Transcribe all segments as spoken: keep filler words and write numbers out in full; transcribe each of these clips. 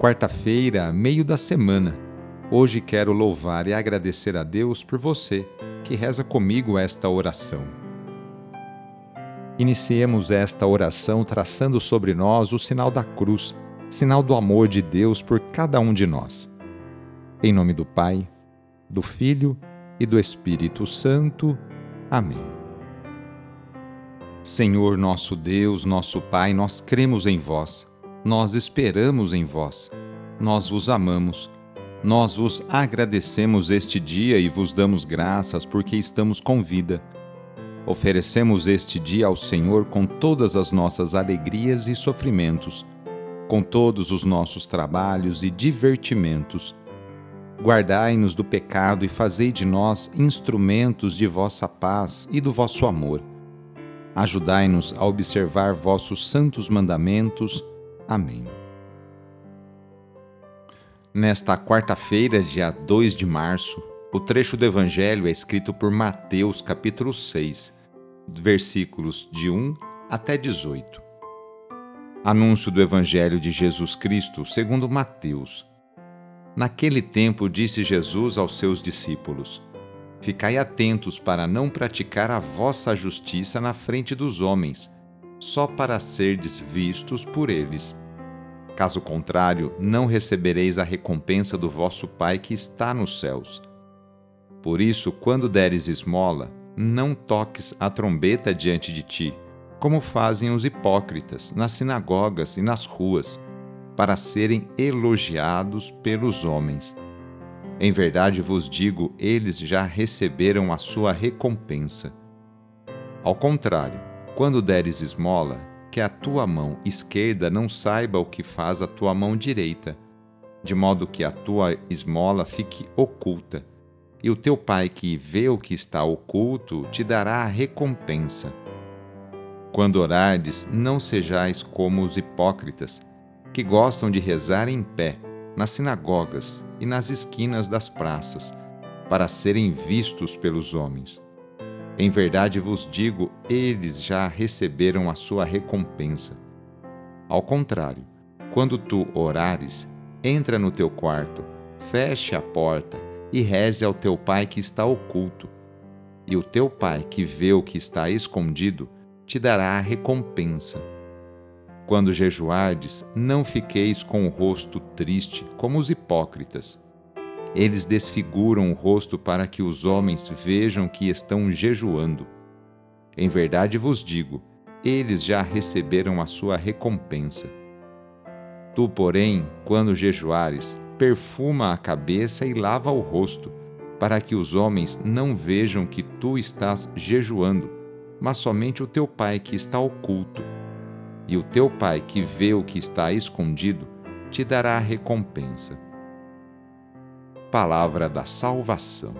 quarta-feira, meio da semana. Hoje quero louvar e agradecer a Deus por você que reza comigo esta oração. Iniciemos esta oração traçando sobre nós o sinal da cruz, sinal do amor de Deus por cada um de nós. Em nome do Pai, do Filho e do Espírito Santo. Amém. Senhor nosso Deus, nosso Pai, nós cremos em vós, nós esperamos em vós, nós vos amamos, nós vos agradecemos este dia e vos damos graças porque estamos com vida. Oferecemos este dia ao Senhor com todas as nossas alegrias e sofrimentos, com todos os nossos trabalhos e divertimentos. Guardai-nos do pecado e fazei de nós instrumentos de vossa paz e do vosso amor. Ajudai-nos a observar vossos santos mandamentos. Amém. Nesta quarta-feira, dia dois de março, o trecho do Evangelho é escrito por Mateus, capítulo seis, versículos de um até dezoito. Anúncio do Evangelho de Jesus Cristo segundo Mateus. Naquele tempo disse Jesus aos seus discípulos: Ficai atentos para não praticar a vossa justiça na frente dos homens, só para serdes vistos por eles. Caso contrário, não recebereis a recompensa do vosso Pai que está nos céus. Por isso, quando deres esmola, não toques a trombeta diante de ti, como fazem os hipócritas nas sinagogas e nas ruas, para serem elogiados pelos homens. Em verdade vos digo, eles já receberam a sua recompensa. Ao contrário, quando deres esmola, que a tua mão esquerda não saiba o que faz a tua mão direita, de modo que a tua esmola fique oculta, e o teu Pai que vê o que está oculto te dará a recompensa. Quando orardes, não sejais como os hipócritas, que gostam de rezar em pé, nas sinagogas e nas esquinas das praças, para serem vistos pelos homens. Em verdade vos digo, eles já receberam a sua recompensa. Ao contrário, quando tu orares, entra no teu quarto, feche a porta e reze ao teu Pai que está oculto. E o teu Pai que vê o que está escondido, te dará a recompensa. Quando jejuardes, não fiqueis com o rosto triste, como os hipócritas. Eles desfiguram o rosto para que os homens vejam que estão jejuando. Em verdade vos digo, eles já receberam a sua recompensa. Tu, porém, quando jejuares, perfuma a cabeça e lava o rosto, para que os homens não vejam que tu estás jejuando, mas somente o teu Pai que está oculto. E o teu Pai que vê o que está escondido, te dará a recompensa. Palavra da salvação.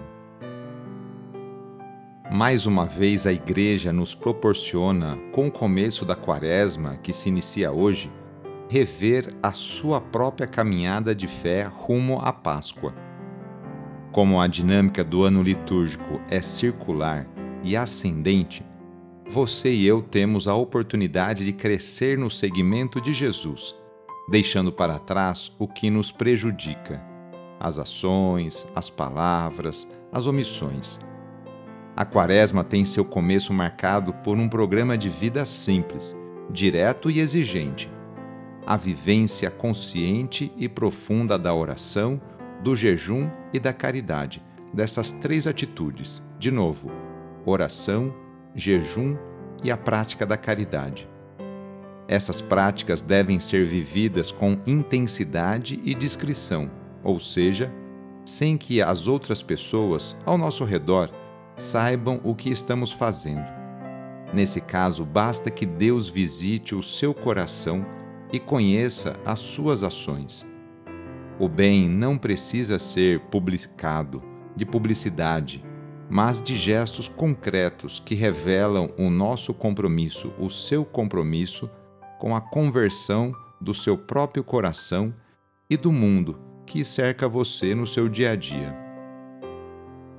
Mais uma vez a Igreja nos proporciona, com o começo da Quaresma, que se inicia hoje, rever a sua própria caminhada de fé rumo à Páscoa. Como a dinâmica do ano litúrgico é circular e ascendente, você e eu temos a oportunidade de crescer no seguimento de Jesus, deixando para trás o que nos prejudica, as ações, as palavras, as omissões. A Quaresma tem seu começo marcado por um programa de vida simples, direto e exigente. A vivência consciente e profunda da oração, do jejum e da caridade, dessas três atitudes, de novo, oração, jejum e a prática da caridade. Essas práticas devem ser vividas com intensidade e discrição, ou seja, sem que as outras pessoas ao nosso redor saibam o que estamos fazendo. Nesse caso, basta que Deus visite o seu coração e conheça as suas ações. O bem não precisa ser publicado, de publicidade, mas de gestos concretos que revelam o nosso compromisso, o seu compromisso, com a conversão do seu próprio coração e do mundo que cerca você no seu dia a dia.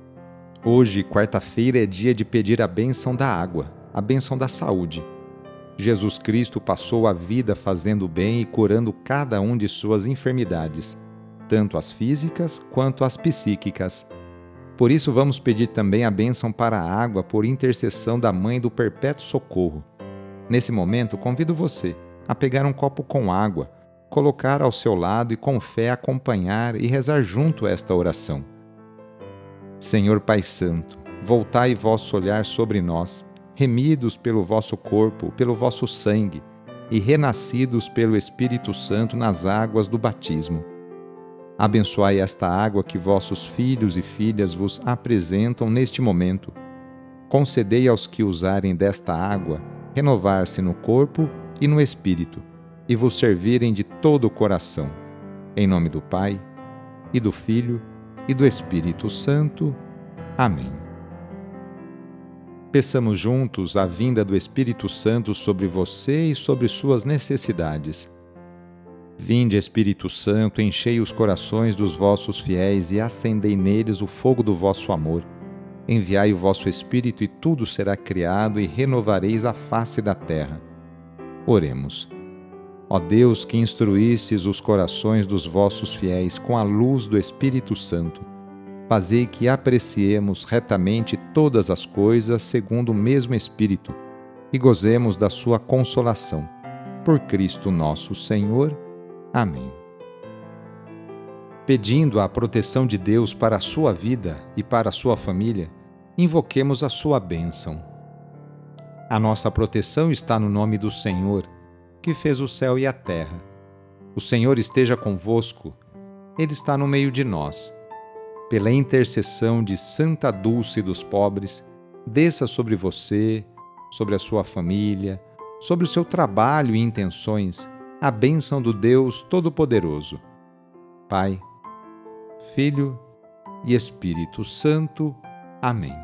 Hoje, quarta-feira, é dia de pedir a bênção da água, a bênção da saúde. Jesus Cristo passou a vida fazendo o bem e curando cada um de suas enfermidades, tanto as físicas quanto as psíquicas. Por isso vamos pedir também a bênção para a água por intercessão da Mãe do Perpétuo Socorro. Nesse momento, convido você a pegar um copo com água, colocar ao seu lado e com fé acompanhar e rezar junto a esta oração. Senhor Pai Santo, voltai vosso olhar sobre nós, remidos pelo vosso corpo, pelo vosso sangue, e renascidos pelo Espírito Santo nas águas do batismo. Abençoai esta água que vossos filhos e filhas vos apresentam neste momento. Concedei aos que usarem desta água renovar-se no corpo e no espírito, e vos servirem de todo o coração. Em nome do Pai, e do Filho, e do Espírito Santo. Amém. Peçamos juntos a vinda do Espírito Santo sobre você e sobre suas necessidades. Vinde, Espírito Santo, enchei os corações dos vossos fiéis e acendei neles o fogo do vosso amor. Enviai o vosso Espírito e tudo será criado e renovareis a face da terra. Oremos. Ó Deus, que instruístes os corações dos vossos fiéis com a luz do Espírito Santo, fazei que apreciemos retamente todas as coisas segundo o mesmo Espírito e gozemos da sua consolação. Por Cristo nosso Senhor. Amém. Pedindo a proteção de Deus para a sua vida e para a sua família, invoquemos a sua bênção. A nossa proteção está no nome do Senhor, que fez o céu e a terra. O Senhor esteja convosco, Ele está no meio de nós. Pela intercessão de Santa Dulce dos Pobres, desça sobre você, sobre a sua família, sobre o seu trabalho e intenções, a bênção do Deus Todo-Poderoso. Pai, Filho e Espírito Santo. Amém.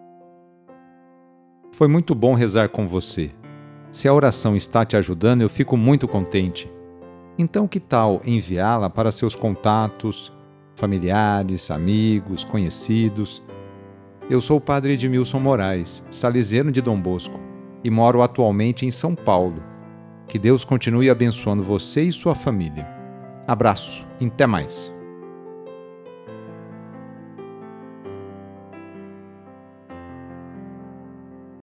Foi muito bom rezar com você. Se a oração está te ajudando, eu fico muito contente. Então, que tal enviá-la para seus contatos, familiares, amigos, conhecidos? Eu sou o padre Edmilson Moraes, salesiano de Dom Bosco, e moro atualmente em São Paulo. Que Deus continue abençoando você e sua família. Abraço e até mais.